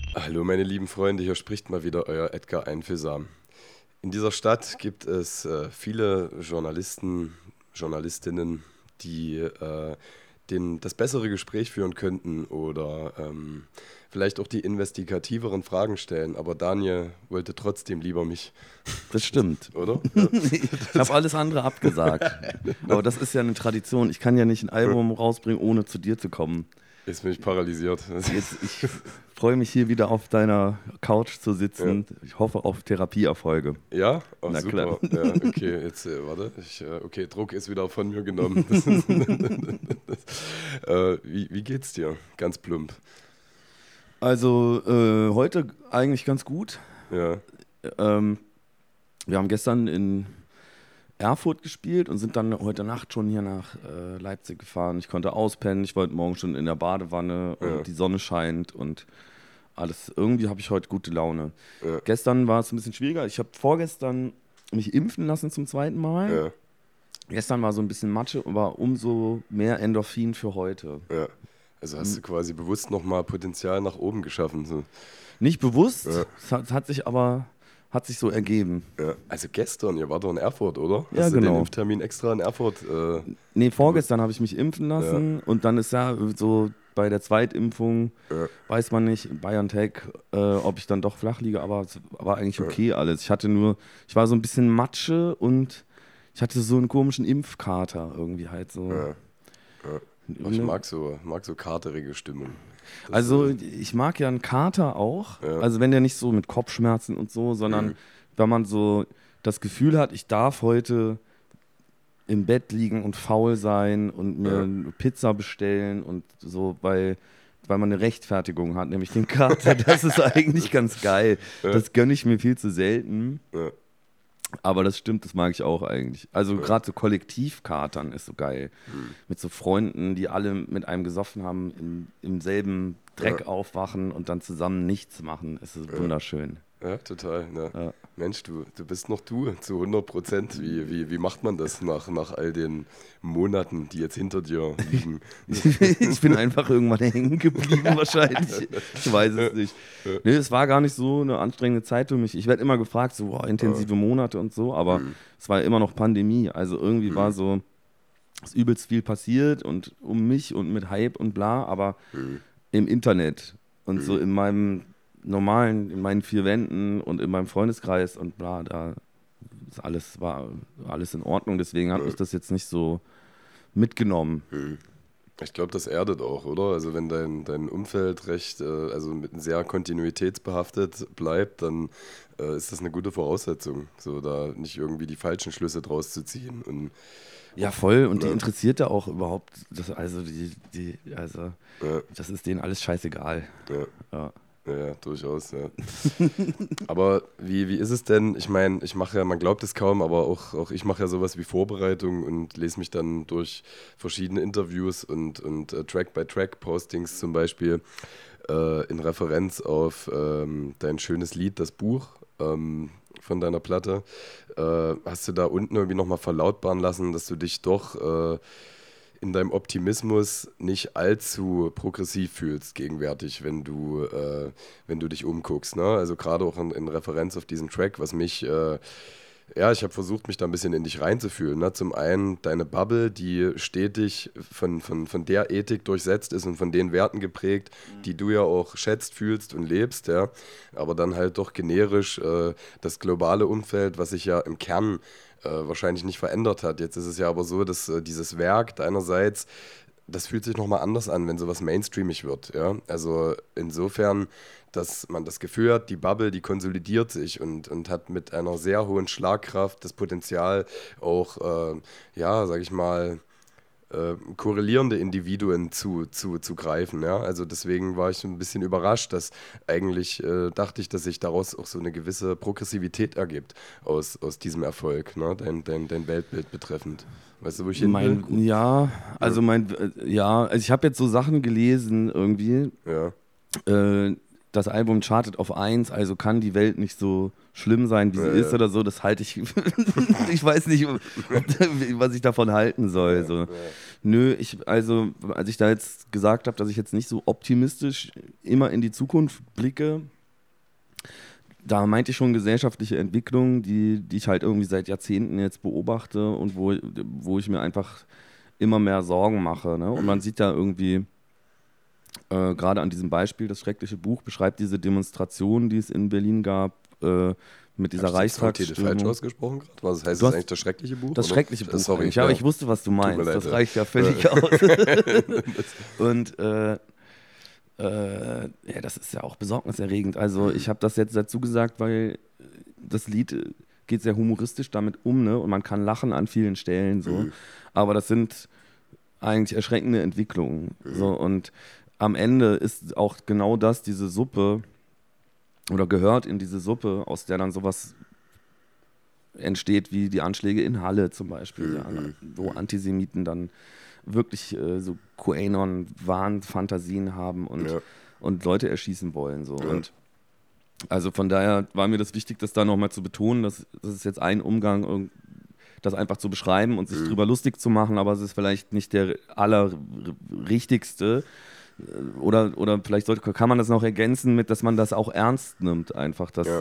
Hallo meine lieben Freunde, hier spricht mal wieder euer Edgar Einfühlsam. In dieser Stadt gibt es viele Journalisten, Journalistinnen, die das bessere Gespräch führen könnten oder vielleicht auch die investigativeren Fragen stellen. Aber Daniel wollte trotzdem lieber mich, Das stimmt. oder? Ja. Ich habe alles andere abgesagt. Aber das ist ja eine Tradition. Ich kann ja nicht ein Album rausbringen, ohne zu dir zu kommen. Jetzt bin ich paralysiert. Ich freue mich hier wieder auf deiner Couch zu sitzen. Ja. Ich hoffe auf Therapieerfolge. Ja? Oh, Na super. klar. Ja, okay, jetzt warte. Okay, Druck ist wieder von mir genommen. Wie geht's dir? Ganz plump. Also heute eigentlich ganz gut. Ja, Wir haben gestern in Erfurt gespielt und sind dann heute Nacht schon hier nach Leipzig gefahren. Ich konnte auspennen, ich war heute Morgen schon in der Badewanne und Ja. die Sonne scheint und alles. Irgendwie habe ich heute gute Laune. Ja. Gestern war es ein bisschen schwieriger. Ich habe vorgestern mich impfen lassen zum zweiten Mal. ja, Gestern war so ein bisschen Matsche, aber umso mehr Endorphin für heute. ja. Also hast du quasi bewusst nochmal Potenzial nach oben geschaffen. So. Nicht bewusst, Ja. es hat sich so ergeben. Ja. Also gestern, ihr wart doch in Erfurt, oder? Ja, Hast du genau. den Impftermin extra in Erfurt? Nee, vorgestern habe ich mich impfen lassen und dann ist ja so bei der Zweitimpfung, Ja. weiß man nicht, in BioNTech, ob ich dann doch flach liege, aber es war eigentlich okay alles. Ich war so ein bisschen Matsche und ich hatte so einen komischen Impfkater irgendwie halt so. Ja. Ich mag so katerige Stimmung. Das, Also ich mag ja einen Kater auch, Ja. also wenn der nicht so mit Kopfschmerzen und so, sondern wenn man so das Gefühl hat, ich darf heute im Bett liegen und faul sein und mir eine Pizza bestellen und so, weil man eine Rechtfertigung hat, nämlich den Kater, das ist eigentlich ganz geil. Das gönne ich mir viel zu selten, ja. aber das stimmt, das mag ich auch eigentlich. Also gerade so Kollektivkatern ist so geil. Mit so Freunden, die alle mit einem gesoffen haben, im selben Dreck aufwachen und dann zusammen nichts machen, ist wunderschön. Ja, total. Ne? Ja. Mensch, du bist noch du zu 100%. Wie macht man das nach all den Monaten, die jetzt hinter dir liegen? Ich bin einfach irgendwann hängen geblieben wahrscheinlich. Ich weiß es nicht. Nee, es war gar nicht so eine anstrengende Zeit für mich. Ich werde immer gefragt, so intensive Monate und so, aber es war immer noch Pandemie. Also irgendwie war so, ist übelst viel passiert und um mich und mit Hype und bla, aber im Internet und so in meinen 4 Wänden und in meinem Freundeskreis und bla, da war alles in Ordnung. Deswegen hat mich das jetzt nicht so mitgenommen. Ich glaube, das erdet auch, oder? Also wenn dein Umfeld recht, also sehr kontinuitätsbehaftet bleibt, dann ist das eine gute Voraussetzung, so da nicht irgendwie die falschen Schlüsse draus zu ziehen. Und Ja, voll. Und die interessiert ja auch überhaupt, das ist denen alles scheißegal. Ja. Ja, durchaus, ja. Aber wie ist es denn? Ich meine, man glaubt es kaum, aber auch ich mache ja sowas wie Vorbereitung und lese mich dann durch verschiedene Interviews und Track-by-Track-Postings zum Beispiel in Referenz auf dein schönes Lied, das Buch von deiner Platte. Hast du da unten irgendwie nochmal verlautbaren lassen, dass du dich doch in deinem Optimismus nicht allzu progressiv fühlst gegenwärtig, wenn du dich umguckst, ne? Also gerade auch in Referenz auf diesen Track, was mich, ich habe versucht, mich da ein bisschen in dich reinzufühlen, ne? Zum einen deine Bubble, die stetig von der Ethik durchsetzt ist und von den Werten geprägt, die du ja auch schätzt, fühlst und lebst, ja. Aber dann halt doch generisch das globale Umfeld, was sich ja im Kern wahrscheinlich nicht verändert hat. Jetzt ist es ja aber so, dass dieses Werk deinerseits, das fühlt sich nochmal anders an, wenn sowas mainstreamig wird. Ja? Also insofern, dass man das Gefühl hat, die Bubble, die konsolidiert sich und hat mit einer sehr hohen Schlagkraft das Potenzial auch, sag ich mal, korrelierende Individuen zu greifen. Ja? Also deswegen war ich so ein bisschen überrascht, dass eigentlich dachte ich, dass sich daraus auch so eine gewisse Progressivität ergibt aus diesem Erfolg, ne? Dein Weltbild betreffend. Weißt du, wo ich hin will? Also ich habe jetzt so Sachen gelesen irgendwie, Ja, das Album chartet auf 1, also kann die Welt nicht so schlimm sein, wie sie ist oder so. Das halte ich, ich weiß nicht, was ich davon halten soll. So. Nö, also als ich da jetzt gesagt habe, dass ich jetzt nicht so optimistisch immer in die Zukunft blicke, da meinte ich schon gesellschaftliche Entwicklung, die ich halt irgendwie seit Jahrzehnten jetzt beobachte und wo ich mir einfach immer mehr Sorgen mache. Ne? Und man sieht da irgendwie, gerade an diesem Beispiel, das schreckliche Buch beschreibt diese Demonstration, die es in Berlin gab, mit dieser Reichstagsstimmung. falsch ausgesprochen gerade? Was heißt das eigentlich, das schreckliche Buch? Das schreckliche Buch. Sorry, ja, aber ich wusste, was du meinst. Leid, das reicht ja völlig aus. Und ja, das ist ja auch besorgniserregend. Also ich habe das jetzt dazu gesagt, weil das Lied geht sehr humoristisch damit um, ne? Und man kann lachen an vielen Stellen so. Aber das sind eigentlich erschreckende Entwicklungen. So. Und am Ende ist auch genau das, diese Suppe, oder gehört in diese Suppe, aus der dann sowas entsteht, wie die Anschläge in Halle zum Beispiel, wo Antisemiten dann wirklich so QAnon-Wahn-Fantasien haben und Leute erschießen wollen. So. Und also von daher war mir das wichtig, das da nochmal zu betonen, dass das ist jetzt ein Umgang, das einfach zu beschreiben und sich drüber lustig zu machen, aber es ist vielleicht nicht der allerrichtigste. Oder vielleicht kann man das noch ergänzen mit, dass man das auch ernst nimmt, einfach, dass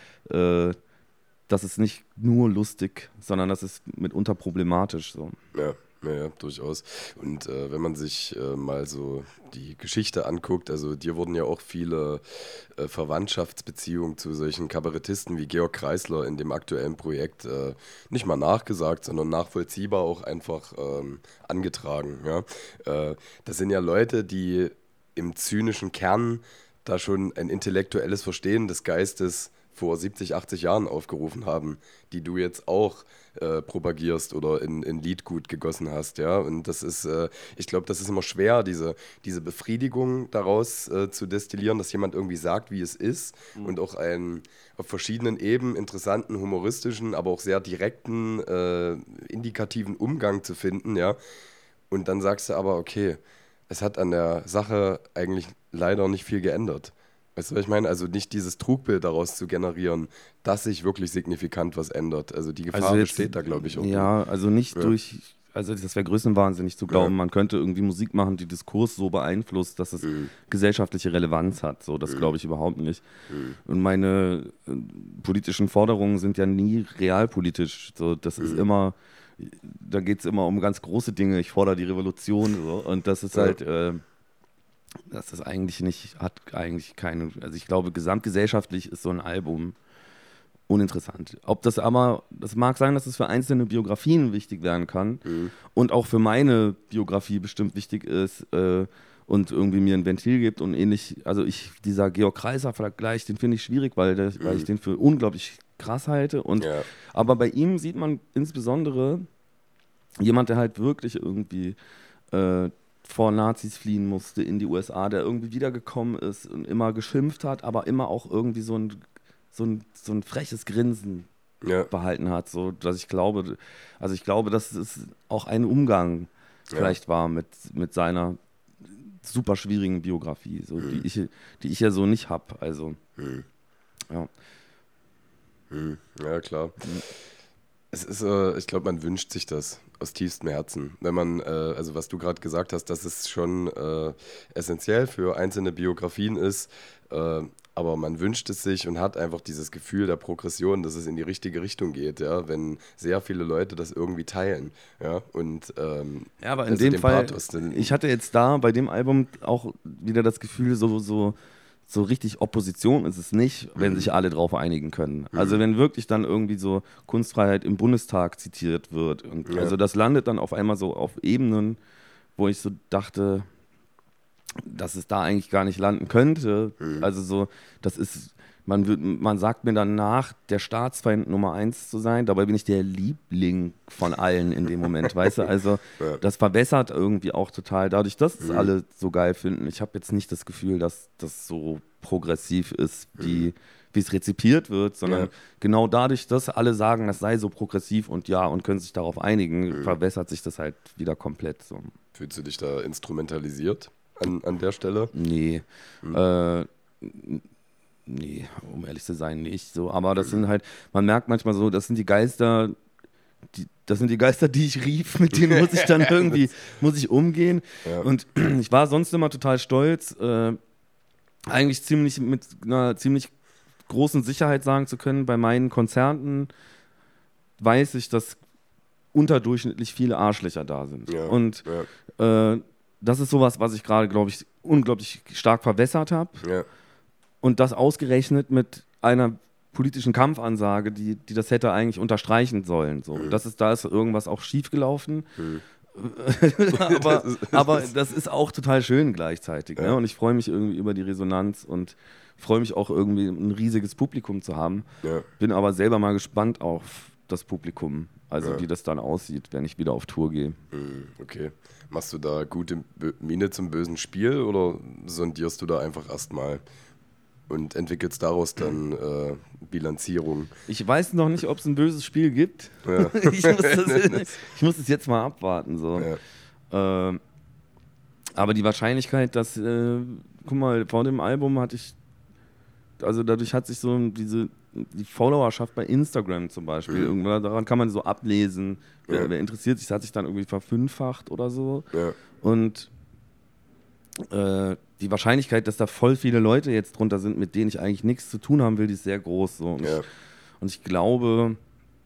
es nicht nur lustig, sondern das ist mitunter problematisch. So. Ja, durchaus. Und wenn man sich mal so die Geschichte anguckt, also dir wurden ja auch viele Verwandtschaftsbeziehungen zu solchen Kabarettisten wie Georg Kreisler in dem aktuellen Projekt nicht mal nachgesagt, sondern nachvollziehbar auch einfach angetragen. Ja? Das sind ja Leute, die im zynischen Kern da schon ein intellektuelles Verstehen des Geistes vor 70, 80 Jahren aufgerufen haben, die du jetzt auch propagierst oder in Liedgut gegossen hast, ja, und das ist, ich glaube, das ist immer schwer, diese Befriedigung daraus zu destillieren, dass jemand irgendwie sagt, wie es ist und auch einen auf verschiedenen Ebenen interessanten, humoristischen, aber auch sehr direkten, indikativen Umgang zu finden, ja, und dann sagst du aber, okay, es hat an der Sache eigentlich leider nicht viel geändert. Weißt du, was ich meine? Also nicht dieses Trugbild daraus zu generieren, dass sich wirklich signifikant was ändert. Also die Gefahr besteht da, glaube ich, auch. Ja, also nicht durch, also das wäre größenwahnsinnig zu glauben, man könnte irgendwie Musik machen, die Diskurs so beeinflusst, dass es gesellschaftliche Relevanz hat. So, das glaube ich überhaupt nicht. Und meine politischen Forderungen sind ja nie realpolitisch. So, das ist immer, da geht es immer um ganz große Dinge. Ich fordere die Revolution. So, und das ist halt... dass das eigentlich nicht, hat eigentlich keine, also ich glaube, gesamtgesellschaftlich ist so ein Album uninteressant. Ob das aber, das mag sein, dass es für einzelne Biografien wichtig werden kann und auch für meine Biografie bestimmt wichtig ist und irgendwie mir ein Ventil gibt und ähnlich, also dieser Georg Kreisler-Vergleich, den finde ich schwierig, weil ich den für unglaublich krass halte aber bei ihm sieht man insbesondere jemand, der halt wirklich irgendwie vor Nazis fliehen musste in die USA, der irgendwie wiedergekommen ist und immer geschimpft hat, aber immer auch irgendwie so ein freches Grinsen behalten hat, so dass ich glaube, dass es auch ein Umgang vielleicht war mit seiner super schwierigen Biografie, so, die ich ja so nicht habe. Also ja, klar. Es ist, ich glaube, man wünscht sich das aus tiefstem Herzen. Wenn man, also was du gerade gesagt hast, dass es schon essentiell für einzelne Biografien ist, aber man wünscht es sich und hat einfach dieses Gefühl der Progression, dass es in die richtige Richtung geht, ja, wenn sehr viele Leute das irgendwie teilen, ja, und ja, aber in dem Fall, Pathos, ich hatte jetzt da bei dem Album auch wieder das Gefühl, so richtig Opposition ist es nicht, wenn sich alle drauf einigen können. Also wenn wirklich dann irgendwie so Kunstfreiheit im Bundestag zitiert wird. Und also das landet dann auf einmal so auf Ebenen, wo ich so dachte, dass es da eigentlich gar nicht landen könnte. Also so, das ist, man sagt mir dann nach, der Staatsfeind Nummer 1 zu sein, dabei bin ich der Liebling von allen in dem Moment, weißt du? Also das verwässert irgendwie auch total, dadurch, dass es alle so geil finden. Ich habe jetzt nicht das Gefühl, dass das so progressiv ist, wie es rezipiert wird, sondern genau dadurch, dass alle sagen, das sei so progressiv und können sich darauf einigen, verwässert sich das halt wieder komplett. So. Fühlst du dich da instrumentalisiert an der Stelle? Nee. Nee, um ehrlich zu sein, nicht so. Aber das sind halt, man merkt manchmal so, das sind die Geister, die ich rief, mit denen muss ich dann irgendwie, muss ich umgehen. Ja. Und ich war sonst immer total stolz, eigentlich mit einer ziemlich großen Sicherheit sagen zu können, bei meinen Konzerten weiß ich, dass unterdurchschnittlich viele Arschlöcher da sind. Ja. Und das ist sowas, was ich gerade, glaube ich, unglaublich stark verwässert habe. Ja. Und das ausgerechnet mit einer politischen Kampfansage, die das hätte eigentlich unterstreichen sollen. So. Da ist irgendwas auch schiefgelaufen. aber das ist auch total schön gleichzeitig. Ja. Ne? Und ich freue mich irgendwie über die Resonanz und freue mich auch irgendwie, ein riesiges Publikum zu haben. Ja. Bin aber selber mal gespannt auf das Publikum, also Ja. wie das dann aussieht, wenn ich wieder auf Tour gehe. Okay. Machst du da gute Miene zum bösen Spiel oder sondierst du da einfach erstmal und entwickelst daraus dann Bilanzierung? Ich weiß noch nicht, ob es ein böses Spiel gibt. Ja. Ich muss es jetzt mal abwarten. So. Ja. Aber die Wahrscheinlichkeit, dass, guck mal, vor dem Album dadurch hat sich so die Followerschaft bei Instagram zum Beispiel, irgendwann, daran kann man so ablesen, wer interessiert sich, das hat sich dann irgendwie verfünffacht oder so. Ja. Und die Wahrscheinlichkeit, dass da voll viele Leute jetzt drunter sind, mit denen ich eigentlich nichts zu tun haben will, die ist sehr groß. So. Und ich glaube,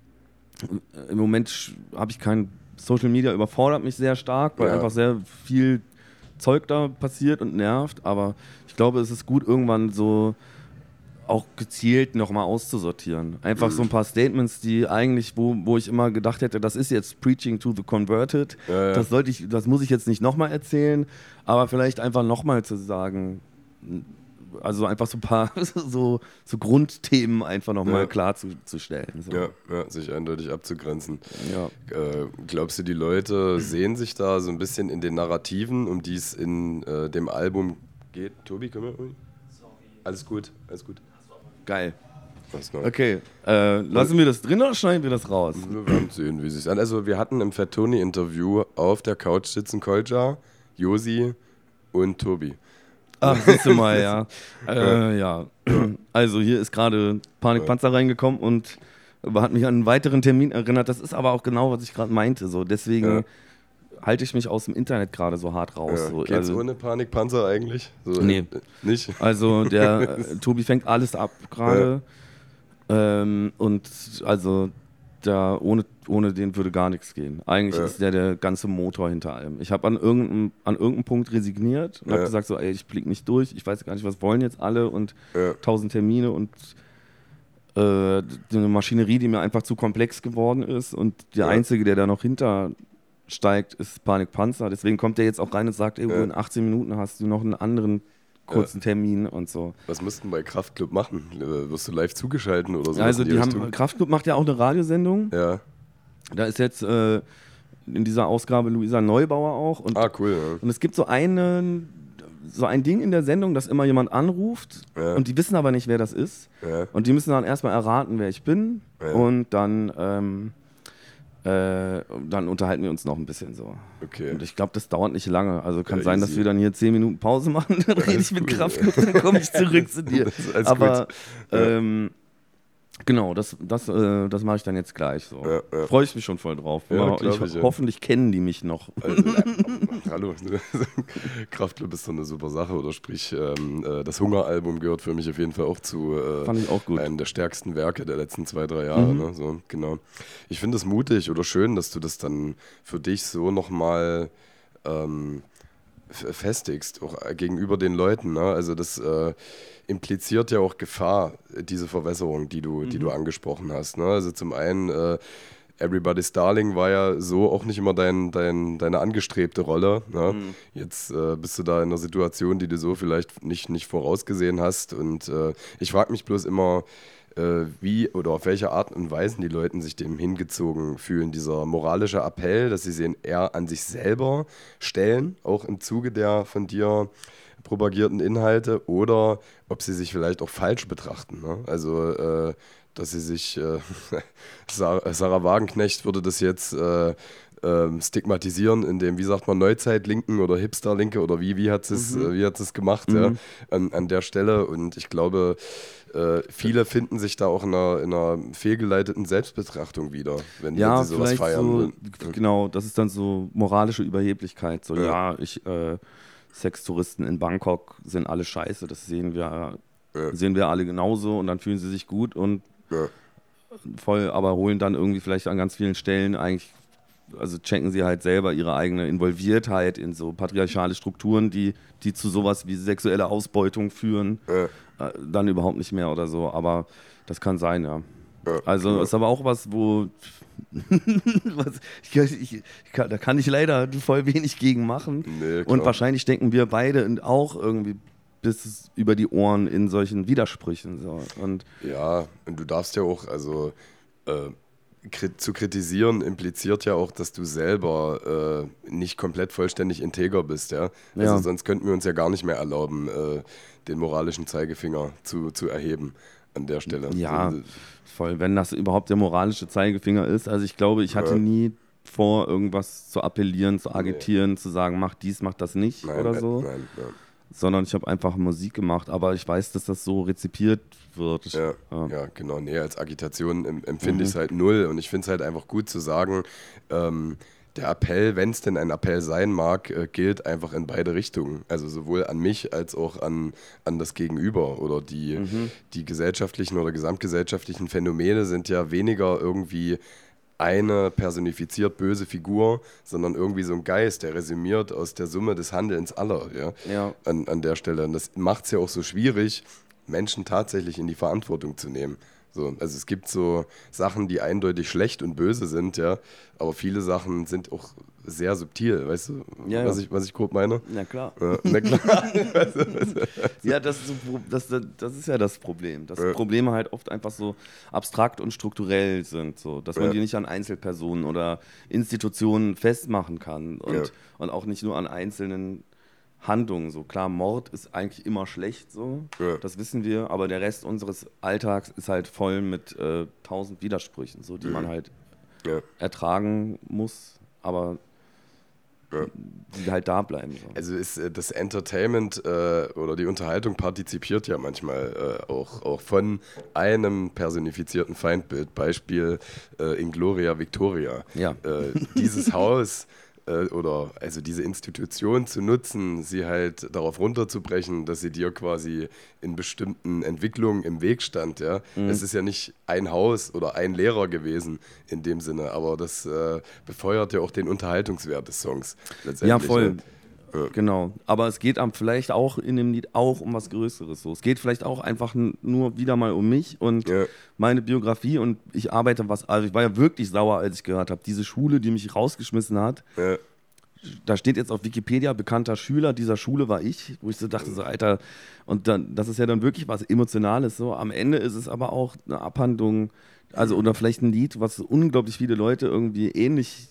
im Moment habe ich kein Social Media, überfordert mich sehr stark, weil einfach sehr viel Zeug da passiert und nervt. Aber ich glaube, es ist gut, irgendwann so auch gezielt nochmal auszusortieren. Einfach so ein paar Statements, die eigentlich, wo ich immer gedacht hätte, das ist jetzt Preaching to the Converted, das muss ich jetzt nicht nochmal erzählen, aber vielleicht einfach nochmal zu sagen, also einfach so ein paar so Grundthemen einfach nochmal klarzustellen. So. Ja, sich eindeutig abzugrenzen. Ja. Glaubst du, die Leute sehen sich da so ein bisschen in den Narrativen, um die es in dem Album geht? Tobi, können wir irgendwie? Alles gut. Geil. Was noch? Okay, lassen wir das drin oder schneiden wir das raus? Wir werden sehen, wie es sich an. Also wir hatten im Fat Tony Interview auf der Couch sitzen Kolja, Josi und Tobi. Ach, siehst du mal, ja. Ja. Also hier ist gerade Panikpanzer reingekommen und hat mich an einen weiteren Termin erinnert. Das ist aber auch genau, was ich gerade meinte. So. Deswegen halte ich mich aus dem Internet gerade so hart raus. So. Geht's ohne Panikpanzer eigentlich? So, nee. Nicht? Also der Tobi fängt alles ab gerade. Und also da ohne den würde gar nichts gehen. Eigentlich ist der ganze Motor hinter allem. Ich habe an irgendeinem Punkt resigniert und habe gesagt so, ey, ich blick nicht durch, ich weiß gar nicht, was wollen jetzt alle und 1000 Termine und eine Maschinerie, die mir einfach zu komplex geworden ist und der Einzige, der da noch hinter steigt, ist Panikpanzer. Deswegen kommt der jetzt auch rein und sagt, ey, in 18 Minuten hast du noch einen anderen kurzen Termin und so. Was müssten bei Kraftklub machen? Wirst du live zugeschalten oder so? Also Kraftklub macht ja auch eine Radiosendung. Ja. Da ist jetzt in dieser Ausgabe Luisa Neubauer auch. Und, cool. Ja. Und es gibt so ein Ding in der Sendung, dass immer jemand anruft und die wissen aber nicht, wer das ist. Ja. Und die müssen dann erstmal erraten, wer ich bin. Ja. Und dann unterhalten wir uns noch ein bisschen so. Okay. Und ich glaube, das dauert nicht lange. Also kann Ja, sein, easy. dass wir dann hier 10 Minuten Pause machen, dann rede ich mit Kraftklub, dann komme ich zurück zu dir. Das ist alles Aber gut. genau, das mache ich dann jetzt gleich so. Ja. Freue ich mich schon voll drauf. Ja, glaub ich, ja. Hoffentlich kennen die mich noch. Hallo. Kraftklub ist so eine super Sache. Oder sprich, das Hungeralbum gehört für mich auf jeden Fall auch zu Fand ich auch gut. einem der stärksten Werke der letzten 2-3 Jahre. Ne? So, genau. Ich finde es mutig oder schön, dass du das dann für dich so nochmal festigst, auch gegenüber den Leuten. Ne? Also das impliziert ja auch Gefahr, diese Verwässerung, die du angesprochen hast. Ne? Also zum einen, Everybody's Darling war ja so auch nicht immer deine angestrebte Rolle. Ne? Jetzt bist du da in einer Situation, die du so vielleicht nicht vorausgesehen hast. Und ich frage mich bloß immer, wie oder auf welche Art und Weise die Leute sich dem hingezogen fühlen. Dieser moralische Appell, dass sie sich eher an sich selber stellen, auch im Zuge der von dir propagierten Inhalte, oder ob sie sich vielleicht auch falsch betrachten. Ne? Also, dass sie sich, Sarah Wagenknecht würde das jetzt stigmatisieren in dem, wie sagt man, Neuzeitlinken oder Hipsterlinke oder wie hat es gemacht, ja, an der Stelle. Und ich glaube, viele finden sich da auch in einer fehlgeleiteten Selbstbetrachtung wieder, wenn sie sowas feiern. So, genau, das ist dann so moralische Überheblichkeit. So, Sextouristen in Bangkok sind alle scheiße, das sehen wir alle genauso und dann fühlen sie sich gut und voll, aber holen dann irgendwie vielleicht an ganz vielen Stellen eigentlich, also checken sie halt selber ihre eigene Involviertheit in so patriarchale Strukturen, die zu sowas wie sexuelle Ausbeutung führen, dann überhaupt nicht mehr oder so, aber das kann sein, ja. Also ist aber auch was, wo da kann ich leider voll wenig gegen machen. Nee, und wahrscheinlich denken wir beide auch irgendwie bis über die Ohren in solchen Widersprüchen. So. Und du darfst ja auch, also zu kritisieren impliziert ja auch, dass du selber nicht komplett vollständig integer bist, ja. Also sonst könnten wir uns ja gar nicht mehr erlauben, den moralischen Zeigefinger zu erheben an der Stelle. Ja, voll, wenn das überhaupt der moralische Zeigefinger ist. Also ich glaube, ich hatte nie vor, irgendwas zu appellieren, zu agitieren, zu sagen, mach dies, mach das nicht so. Nein. Sondern ich habe einfach Musik gemacht, aber ich weiß, dass das so rezipiert wird. Ja, genau. Nee, als Agitation empfinde ich es halt null und ich finde es halt einfach gut zu sagen, der Appell, wenn es denn ein Appell sein mag, gilt einfach in beide Richtungen. Also sowohl an mich als auch an das Gegenüber. Oder die gesellschaftlichen oder gesamtgesellschaftlichen Phänomene sind ja weniger irgendwie eine personifiziert böse Figur, sondern irgendwie so ein Geist, der resümiert aus der Summe des Handelns aller, an der Stelle. Und das macht es ja auch so schwierig, Menschen tatsächlich in die Verantwortung zu nehmen. So, also es gibt so Sachen, die eindeutig schlecht und böse sind, ja, aber viele Sachen sind auch sehr subtil, weißt du, was ich grob meine? Na klar. Na klar. Ja, das ist ja das Problem, dass Probleme halt oft einfach so abstrakt und strukturell sind, so, dass man die nicht an Einzelpersonen oder Institutionen festmachen kann und auch nicht nur an einzelnen Handlungen. So klar, Mord ist eigentlich immer schlecht, so, das wissen wir, aber der Rest unseres Alltags ist halt voll mit 1000 Widersprüchen, so, die man halt ertragen muss, aber die halt da bleiben. So. Also ist das Entertainment oder die Unterhaltung partizipiert ja manchmal auch von einem personifizierten Feindbild. Beispiel Ingloria Victoria. Ja. Dieses Haus oder also diese Institution zu nutzen, sie halt darauf runterzubrechen, dass sie dir quasi in bestimmten Entwicklungen im Weg stand. Ja? Es ist ja nicht ein Haus oder ein Lehrer gewesen in dem Sinne, aber das befeuert ja auch den Unterhaltungswert des Songs. Ja, voll. Genau, aber es geht vielleicht auch in dem Lied auch um was Größeres. So. Es geht vielleicht auch einfach nur wieder mal um mich und meine Biografie und ich arbeite also ich war ja wirklich sauer, als ich gehört habe, diese Schule, die mich rausgeschmissen hat, da steht jetzt auf Wikipedia, bekannter Schüler dieser Schule war ich, wo ich so dachte, so Alter, und dann, das ist ja dann wirklich was Emotionales, so. Am Ende ist es aber auch eine Abhandlung, also oder vielleicht ein Lied, was unglaublich viele Leute irgendwie ähnlich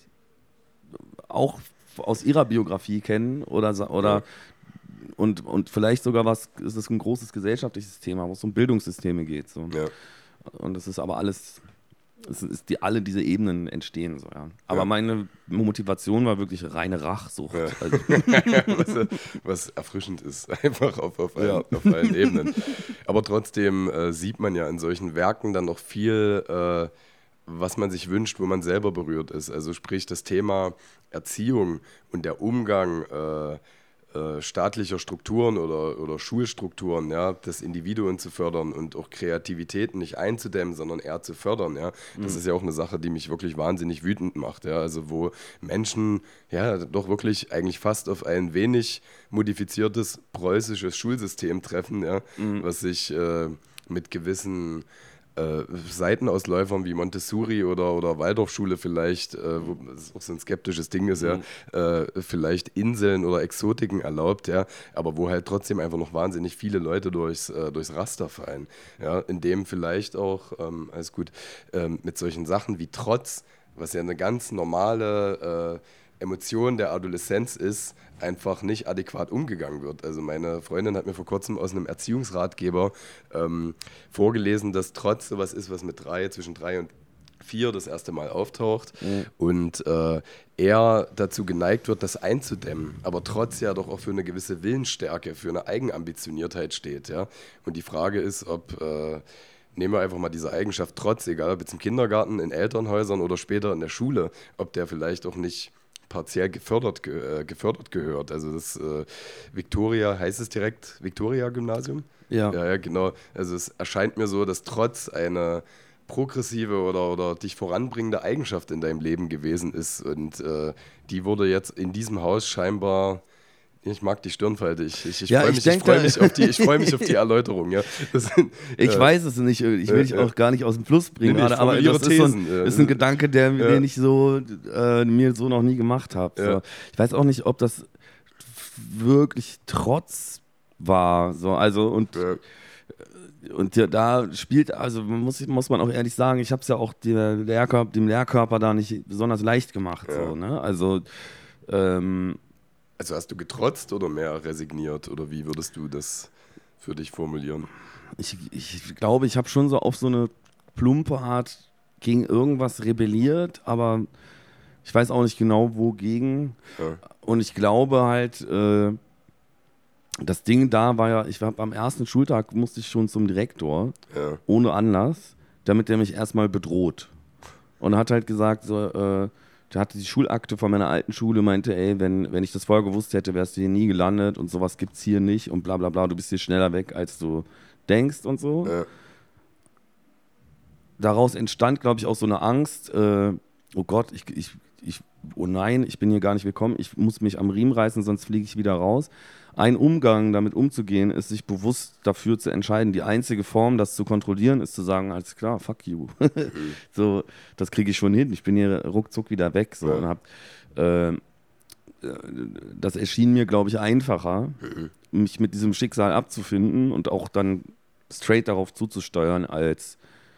auch aus ihrer Biografie kennen oder und vielleicht sogar ist es ein großes gesellschaftliches Thema, wo es um Bildungssysteme geht. So. Ja. Und es ist aber alles, alle diese Ebenen entstehen. So, ja. Aber meine Motivation war wirklich reine Rachsucht. Ja. Also. was erfrischend ist, einfach auf allen Ebenen. Aber trotzdem sieht man ja in solchen Werken dann noch viel, was man sich wünscht, wo man selber berührt ist. Also sprich das Thema Erziehung und der Umgang staatlicher Strukturen oder Schulstrukturen, ja, das Individuum zu fördern und auch Kreativität nicht einzudämmen, sondern eher zu fördern, ja. Das ist ja auch eine Sache, die mich wirklich wahnsinnig wütend macht, ja. Also wo Menschen ja doch wirklich eigentlich fast auf ein wenig modifiziertes preußisches Schulsystem treffen, ja, was sich mit gewissen Seitenausläufern wie Montessori oder Waldorfschule vielleicht, wo das auch so ein skeptisches Ding ist, vielleicht Inseln oder Exotiken erlaubt, ja, aber wo halt trotzdem einfach noch wahnsinnig viele Leute durchs Raster fallen, ja, in dem vielleicht auch, alles gut, mit solchen Sachen wie Trotz, was ja eine ganz normale Emotion der Adoleszenz ist, einfach nicht adäquat umgegangen wird. Also meine Freundin hat mir vor kurzem aus einem Erziehungsratgeber vorgelesen, dass Trotz sowas ist, was mit zwischen 3 und 4 das erste Mal auftaucht und er dazu geneigt wird, das einzudämmen, aber trotz ja doch auch für eine gewisse Willensstärke, für eine Eigenambitioniertheit steht. Ja? Und die Frage ist, ob, nehmen wir einfach mal diese Eigenschaft trotz, egal ob jetzt im Kindergarten, in Elternhäusern oder später in der Schule, ob der vielleicht auch nicht partiell gefördert gehört. Also das Victoria, heißt es direkt Victoria-Gymnasium? Ja, genau. Also es erscheint mir so, dass trotz einer progressive oder dich voranbringende Eigenschaft in deinem Leben gewesen ist. Und die wurde jetzt in diesem Haus scheinbar. Ich mag die Stirnfalte. Ich freue mich auf die Erläuterung. Ja. Ich weiß es nicht. Ich will dich auch gar nicht aus dem Fluss bringen. Nee, aber das ist ein Gedanke, den ich so mir so noch nie gemacht habe. Ja. So. Ich weiß auch nicht, ob das wirklich Trotz war. So. Also und da spielt, also muss man auch ehrlich sagen, ich habe es ja auch dem Lehrkörper da nicht besonders leicht gemacht. Ja. So, ne? Also hast du getrotzt oder mehr resigniert? Oder wie würdest du das für dich formulieren? Ich glaube, ich habe schon so auf so eine plumpe Art gegen irgendwas rebelliert, aber ich weiß auch nicht genau, wogegen. Ja. Und ich glaube halt, das Ding da war ja, am ersten Schultag musste ich schon zum Direktor, ohne Anlass, damit der mich erstmal bedroht. Und hat halt gesagt, so, der hatte die Schulakte von meiner alten Schule, meinte, ey, wenn ich das vorher gewusst hätte, wärst du hier nie gelandet und sowas gibt's hier nicht und bla bla bla, du bist hier schneller weg, als du denkst und so. Ja. Daraus entstand, glaube ich, auch so eine Angst, oh Gott, oh nein, ich bin hier gar nicht willkommen, ich muss mich am Riemen reißen, sonst fliege ich wieder raus. Ein Umgang, damit umzugehen, ist sich bewusst dafür zu entscheiden. Die einzige Form, das zu kontrollieren, ist zu sagen, alles klar, fuck you. So, das kriege ich schon hin. Ich bin hier ruckzuck wieder weg. So, und das erschien mir, glaube ich, einfacher, mich mit diesem Schicksal abzufinden und auch dann straight darauf zuzusteuern, als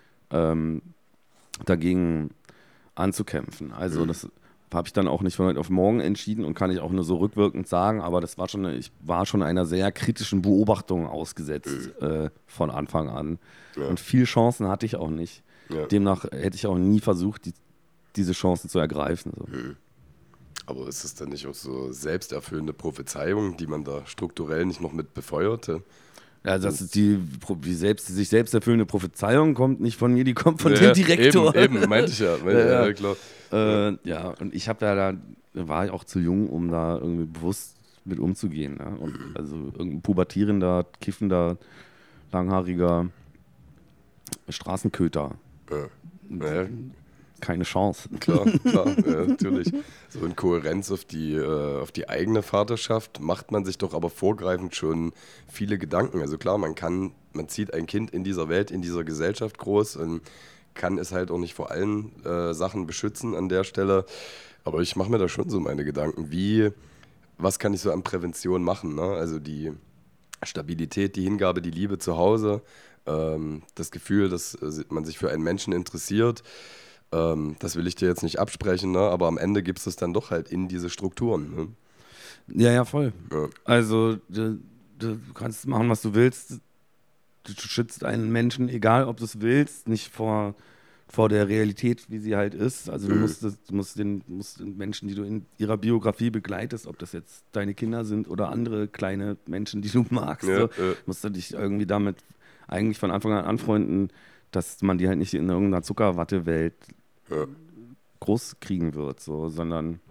dagegen anzukämpfen. Also das habe ich dann auch nicht von heute auf morgen entschieden und kann ich auch nur so rückwirkend sagen, aber das war ich war schon einer sehr kritischen Beobachtung ausgesetzt von Anfang an. Ja. Und viele Chancen hatte ich auch nicht. Ja. Demnach hätte ich auch nie versucht, diese Chancen zu ergreifen. So. Aber ist es dann nicht auch so selbsterfüllende Prophezeiung, die man da strukturell nicht noch mit befeuerte? Ja, das ist die sich selbst erfüllende Prophezeiung kommt nicht von mir, die kommt von dem Direktor. Eben, meinte ich ja. Ja, klar. Ja, und ich habe da war ich auch zu jung, um da irgendwie bewusst mit umzugehen. Ne? Und also irgendein pubertierender, kiffender, langhaariger Straßenköter. Ja. Keine Chance. Klar, natürlich. So in Kohärenz auf die eigene Vaterschaft macht man sich doch aber vorgreifend schon viele Gedanken. Also klar, man zieht ein Kind in dieser Welt, in dieser Gesellschaft groß und kann es halt auch nicht vor allen Sachen beschützen an der Stelle. Aber ich mache mir da schon so meine Gedanken, was kann ich so an Prävention machen? Ne? Also die Stabilität, die Hingabe, die Liebe zu Hause, das Gefühl, dass man sich für einen Menschen interessiert. Das will ich dir jetzt nicht absprechen, ne? Aber am Ende gibst du es dann doch halt in diese Strukturen. Ne? Ja, voll. Ja. Also du kannst machen, was du willst. Du schützt einen Menschen, egal ob du es willst, nicht vor der Realität, wie sie halt ist. Also du musst den Menschen, die du in ihrer Biografie begleitest, ob das jetzt deine Kinder sind oder andere kleine Menschen, die du magst, musst du dich irgendwie damit eigentlich von Anfang an anfreunden, dass man die halt nicht in irgendeiner Zuckerwatte-Welt groß kriegen wird, so, sondern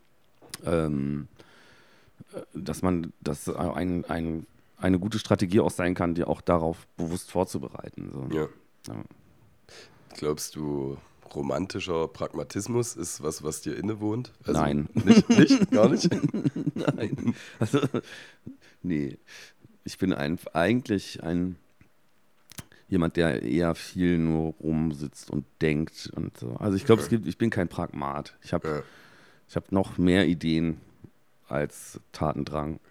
dass eine gute Strategie auch sein kann, die auch darauf bewusst vorzubereiten. So. Ja. Glaubst du, romantischer Pragmatismus ist was dir innewohnt? Also nein. Nicht? Gar nicht? Nein. Also, nee. Ich bin eigentlich jemand, der eher viel nur rumsitzt und denkt und so. Also ich glaube, ich bin kein Pragmat. Ich habe noch mehr Ideen als Tatendrang.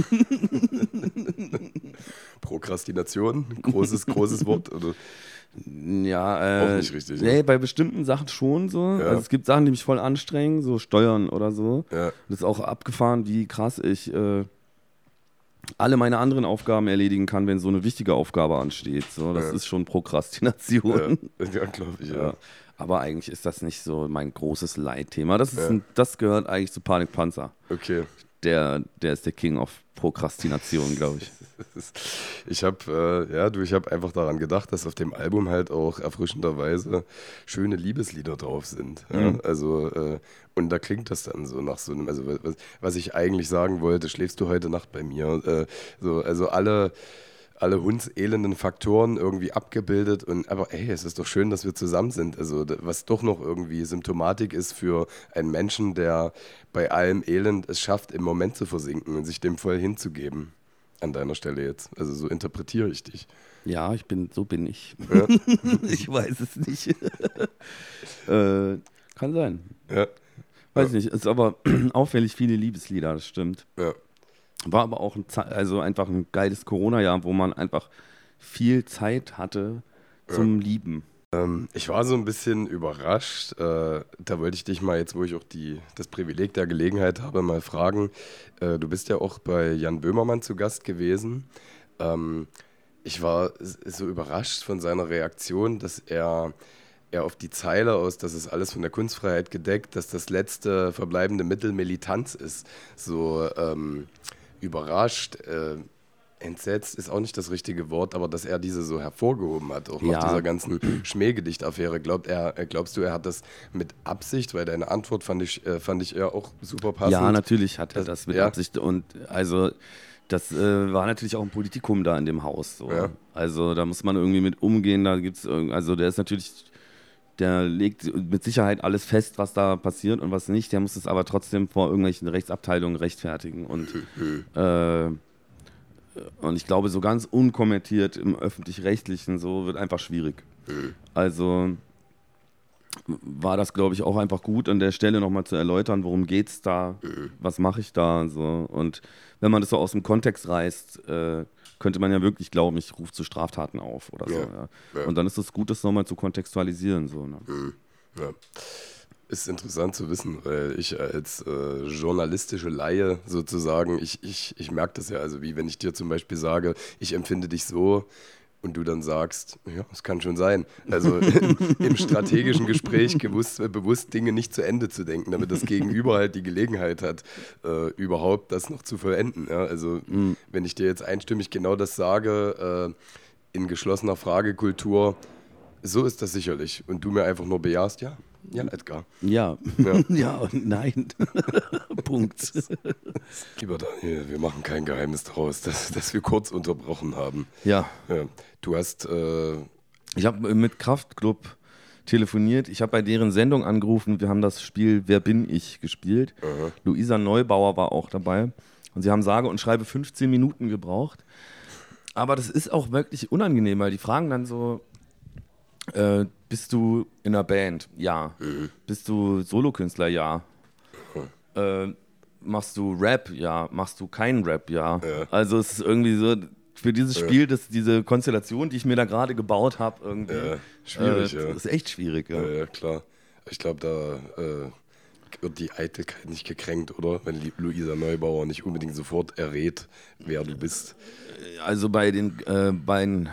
Prokrastination, großes Wort, oder? Ja, auch nicht richtig. Nee, bei bestimmten Sachen schon so. Ja. Also es gibt Sachen, die mich voll anstrengen, so Steuern oder so. Ja. Das ist auch abgefahren, wie krass ich alle meine anderen Aufgaben erledigen kann, wenn so eine wichtige Aufgabe ansteht. So, das ist schon Prokrastination. Ja, glaube ich, ja. Aber eigentlich ist das nicht so mein großes Leitthema. Das gehört eigentlich zu Panikpanzer. Okay. Der ist der King of Prokrastination, glaube ich. Ich habe einfach daran gedacht, dass auf dem Album halt auch erfrischenderweise schöne Liebeslieder drauf sind. Ja? Also, und da klingt das dann so nach so einem, also was ich eigentlich sagen wollte, schläfst du heute Nacht bei mir? Also alle hundselenden Faktoren irgendwie abgebildet aber ey, es ist doch schön, dass wir zusammen sind. Also was doch noch irgendwie Symptomatik ist für einen Menschen, der bei allem Elend es schafft, im Moment zu versinken und sich dem voll hinzugeben. An deiner Stelle jetzt. Also so interpretiere ich dich. Ja, so bin ich. Ja? Ich weiß es nicht. Kann sein. Ja. Weiß nicht, ist aber auffällig viele Liebeslieder, das stimmt. Ja. War aber auch einfach ein geiles Corona-Jahr, wo man einfach viel Zeit hatte zum Lieben. Ich war so ein bisschen überrascht. Da wollte ich dich mal jetzt, wo ich auch das Privileg der Gelegenheit habe, mal fragen. Du bist ja auch bei Jan Böhmermann zu Gast gewesen. Ich war so überrascht von seiner Reaktion, dass er auf die Zeile aus, das ist alles von der Kunstfreiheit gedeckt, dass das letzte verbleibende Mittel Militanz ist. So überrascht, entsetzt ist auch nicht das richtige Wort, aber dass er diese so hervorgehoben hat, auch nach dieser ganzen Schmähgedicht-Affäre. Glaubst du, er hat das mit Absicht? Weil deine Antwort fand ich eher auch super passend. Ja, natürlich hat er das mit Absicht. Und also das war natürlich auch ein Politikum da in dem Haus. So. Ja. Also da muss man irgendwie mit umgehen. Da gibt's der legt mit Sicherheit alles fest, was da passiert und was nicht. Der muss es aber trotzdem vor irgendwelchen Rechtsabteilungen rechtfertigen. Und ich glaube, so ganz unkommentiert im Öffentlich-Rechtlichen so wird einfach schwierig. Also war das, glaube ich, auch einfach gut, an der Stelle nochmal zu erläutern, worum geht's da, was mache ich da. So. Und wenn man das so aus dem Kontext reißt, könnte man ja wirklich glauben, ich rufe zu Straftaten auf oder so. Ja. Ja. Und dann ist es gut, das nochmal zu kontextualisieren. So, ne? Ja. Ist interessant zu wissen, weil ich als journalistische Laie sozusagen, ich merke das ja, also wie wenn ich dir zum Beispiel sage, ich empfinde dich so und du dann sagst, ja, das kann schon sein. Also im strategischen Gespräch bewusst Dinge nicht zu Ende zu denken, damit das Gegenüber halt die Gelegenheit hat, überhaupt das noch zu vollenden. Ja? Also wenn ich dir jetzt einstimmig genau das sage, in geschlossener Fragekultur, so ist das sicherlich. Und du mir einfach nur bejahst, ja, Edgar. Ja, ja und nein. Punkt. Lieber Daniel, wir machen kein Geheimnis daraus, dass wir kurz unterbrochen haben. Ja. Du hast... Ich habe mit Kraftklub telefoniert. Ich habe bei deren Sendung angerufen. Wir haben das Spiel Wer bin ich gespielt. Luisa Neubauer war auch dabei. Und sie haben sage und schreibe 15 Minuten gebraucht. Aber das ist auch wirklich unangenehm, weil die fragen dann so... bist du in einer Band? Ja. Bist du Solokünstler? Ja. Machst du Rap? Ja. Machst du keinen Rap? Ja. Also es ist irgendwie so, für dieses Spiel, diese Konstellation, die ich mir da gerade gebaut habe, irgendwie. Schwierig, ist echt schwierig, ja. Ja, klar. Ich glaube, da wird die Eitelkeit nicht gekränkt, oder? Wenn Luisa Neubauer nicht unbedingt sofort errät, wer du bist. Also bei bei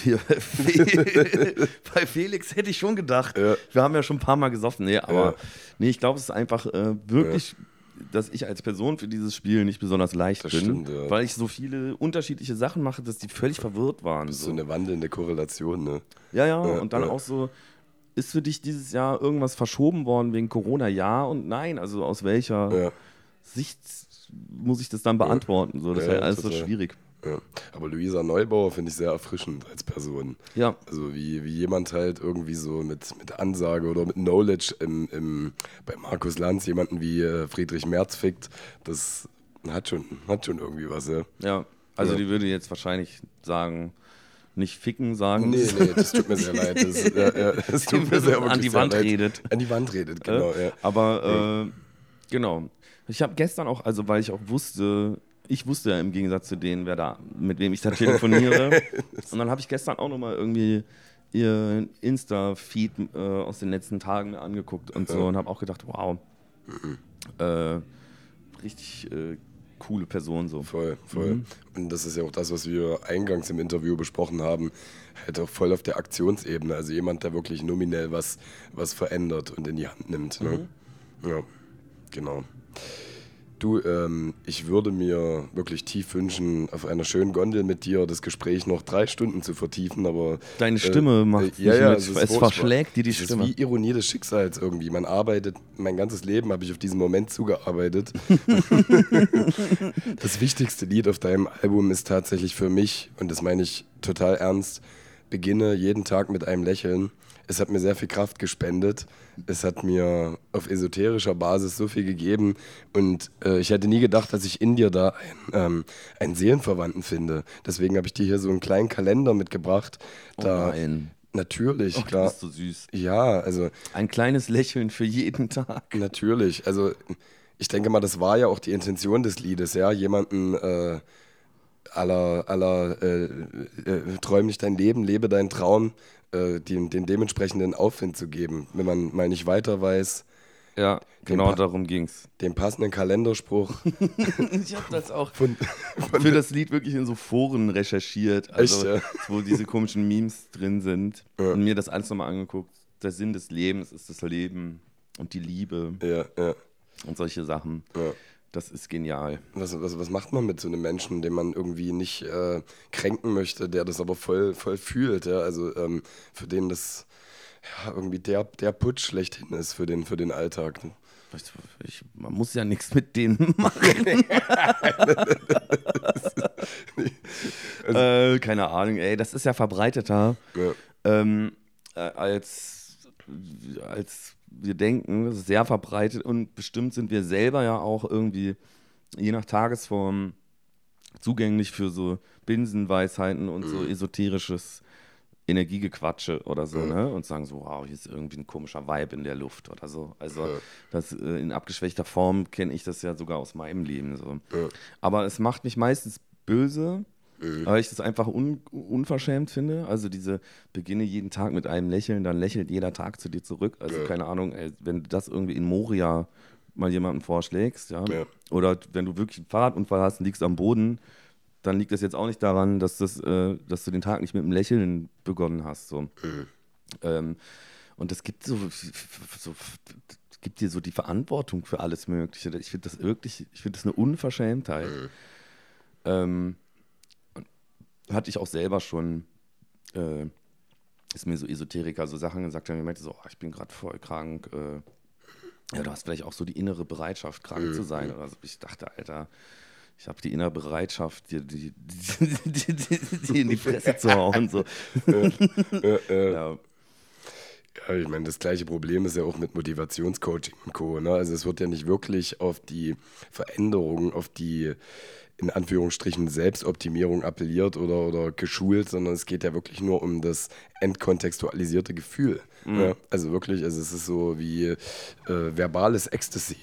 Felix hätte ich schon gedacht. Ja. Wir haben ja schon ein paar Mal gesoffen. Nee, ich glaube, es ist einfach wirklich, dass ich als Person für dieses Spiel nicht besonders leicht bin. Stimmt, ja. Weil ich so viele unterschiedliche Sachen mache, dass die völlig verwirrt waren. Das ist so eine wandelnde Korrelation, ne? Ja, und dann auch so, ist für dich dieses Jahr irgendwas verschoben worden wegen Corona? Ja und nein. Also aus welcher Sicht muss ich das dann beantworten? So, das ist ja alles total so schwierig. Ja. Aber Luisa Neubauer finde ich sehr erfrischend als Person. Ja. Also wie jemand halt irgendwie so mit Ansage oder mit Knowledge bei Markus Lanz jemanden wie Friedrich Merz fickt, das hat schon irgendwie was, ja. Ja, also die würde jetzt wahrscheinlich sagen, nicht ficken sagen. Nee, das tut mir sehr leid. Das tut mir sehr an die Wand redet. An die Wand redet, genau, ja. Aber, genau. Ich habe gestern auch, also weil ich auch wusste ja im Gegensatz zu denen, mit wem ich da telefoniere. Und dann habe ich gestern auch nochmal irgendwie ihr Insta-Feed aus den letzten Tagen mir angeguckt und so und habe auch gedacht, wow, richtig coole Person so. Voll. Und das ist ja auch das, was wir eingangs im Interview besprochen haben, halt auch voll auf der Aktionsebene. Also jemand, der wirklich nominell was verändert und in die Hand nimmt. Ne? Ja, genau. Du, ich würde mir wirklich tief wünschen, auf einer schönen Gondel mit dir das Gespräch noch 3 Stunden zu vertiefen, aber... Deine Stimme macht es verschlägt dir die Stimme. Das ist wie Ironie des Schicksals irgendwie. Man arbeitet, mein ganzes Leben habe ich auf diesen Moment zugearbeitet. Das wichtigste Lied auf deinem Album ist tatsächlich für mich, und das meine ich total ernst, beginne jeden Tag mit einem Lächeln. Es hat mir sehr viel Kraft gespendet. Es hat mir auf esoterischer Basis so viel gegeben. Und ich hätte nie gedacht, dass ich in dir da einen Seelenverwandten finde. Deswegen habe ich dir hier so einen kleinen Kalender mitgebracht. Da, nein. Natürlich, Oh, klar. Du bist so süß. Ja, also... Ein kleines Lächeln für jeden Tag. Natürlich. Also ich denke mal, das war ja auch die Intention des Liedes, ja. Jemanden... träum nicht dein Leben, lebe deinen Traum, den dementsprechenden Aufwind zu geben. Wenn man mal nicht weiter weiß. Ja, genau darum ging's. Den passenden Kalenderspruch. Ich habe das auch für das Lied wirklich in so Foren recherchiert, also echt, ja? Wo diese komischen Memes drin sind und mir das alles nochmal angeguckt. Der Sinn des Lebens ist das Leben und die Liebe und solche Sachen. Ja. Das ist genial. Was macht man mit so einem Menschen, den man irgendwie nicht kränken möchte, der das aber voll fühlt? Ja? Also für den das irgendwie der Putsch schlechthin ist für den Alltag. Ne? Man muss ja nichts mit denen machen. Keine Ahnung, ey, das ist ja verbreiteter als wir denken. Das ist sehr verbreitet und bestimmt sind wir selber ja auch irgendwie, je nach Tagesform, zugänglich für so Binsenweisheiten und so esoterisches Energiegequatsche oder so, ne? Und sagen so, wow, hier ist irgendwie ein komischer Vibe in der Luft oder so. Also das in abgeschwächter Form kenne ich das ja sogar aus meinem Leben so. Aber es macht mich meistens böse, weil ich das einfach unverschämt finde. Also diese beginne jeden Tag mit einem Lächeln, dann lächelt jeder Tag zu dir zurück. Also keine Ahnung, ey, wenn du das irgendwie in Moria mal jemandem vorschlägst, ja, oder wenn du wirklich einen Fahrradunfall hast und liegst am Boden, dann liegt das jetzt auch nicht daran, dass du den Tag nicht mit einem Lächeln begonnen hast. So. Und es gibt gibt dir so die Verantwortung für alles Mögliche. Ich finde das eine Unverschämtheit. Hatte ich auch selber schon, ist mir so Esoteriker so Sachen gesagt haben, ich meinte so, ich bin gerade voll krank. Ja, du hast vielleicht auch so die innere Bereitschaft, krank zu sein. Oder so. Ich dachte, Alter, ich habe die innere Bereitschaft, die in die Fresse zu hauen. So. Ja. Ja, ich meine, das gleiche Problem ist ja auch mit Motivationscoaching und Co. Ne? Also es wird ja nicht wirklich auf die Veränderung, auf die in Anführungsstrichen Selbstoptimierung appelliert oder geschult, sondern es geht ja wirklich nur um das entkontextualisierte Gefühl. Ne? Also wirklich, es ist so wie verbales Ecstasy,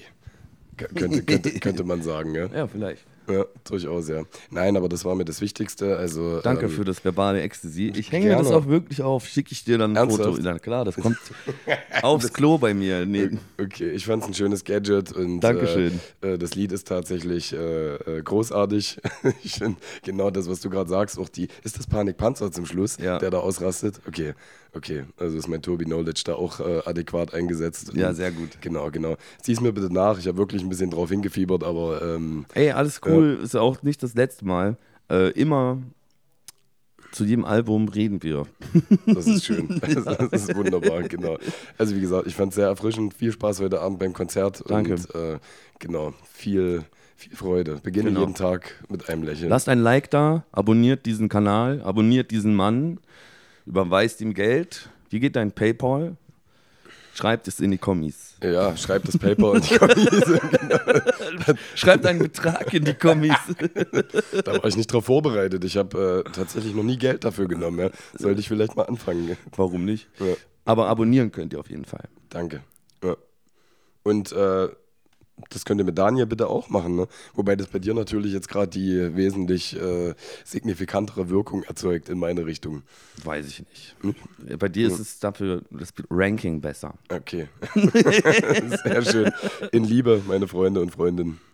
könnte man sagen. Ja, ja, vielleicht. Ja, durchaus, ja. Nein, aber das war mir das Wichtigste. Also, danke für das verbale Ecstasy. Ich hänge das auch wirklich auf. Schicke ich dir dann ein Ernsthaft? Foto. Na klar, das kommt aufs Klo bei mir. Nee. Okay, ich fand es ein schönes Gadget. Und, Dankeschön. Das Lied ist tatsächlich großartig. Ich finde genau das, was du gerade sagst. Auch ist das Panikpanzer zum Schluss, der da ausrastet? Okay. Also ist mein Tobi-Knowledge da auch adäquat eingesetzt. Ja, sehr gut. Genau. Zieh's mir bitte nach. Ich habe wirklich ein bisschen drauf hingefiebert, aber... Ey, alles cool. Ist ja auch nicht das letzte Mal. Zu jedem Album reden wir. Das ist schön. Das ist wunderbar, genau. Also wie gesagt, ich fand es sehr erfrischend. Viel Spaß heute Abend beim Konzert. Danke. Und viel Freude. Beginne jeden Tag mit einem Lächeln. Lasst ein Like da, abonniert diesen Kanal, abonniert diesen Mann, überweist ihm Geld. Wie geht dein PayPal? Schreibt es in die Kommis. Ja, schreibt das PayPal in die Kommis. Schreibt einen Betrag in die Kommis. Da war ich nicht drauf vorbereitet. Ich habe tatsächlich noch nie Geld dafür genommen. Ja. Sollte ich vielleicht mal anfangen. Warum nicht? Ja. Aber abonnieren könnt ihr auf jeden Fall. Danke. Ja. Und das könnt ihr mit Daniel bitte auch machen. Ne? Wobei das bei dir natürlich jetzt gerade die wesentlich signifikantere Wirkung erzeugt in meine Richtung. Weiß ich nicht. Bei dir ist es dafür das Ranking besser. Okay. Sehr schön. In Liebe, meine Freunde und Freundinnen.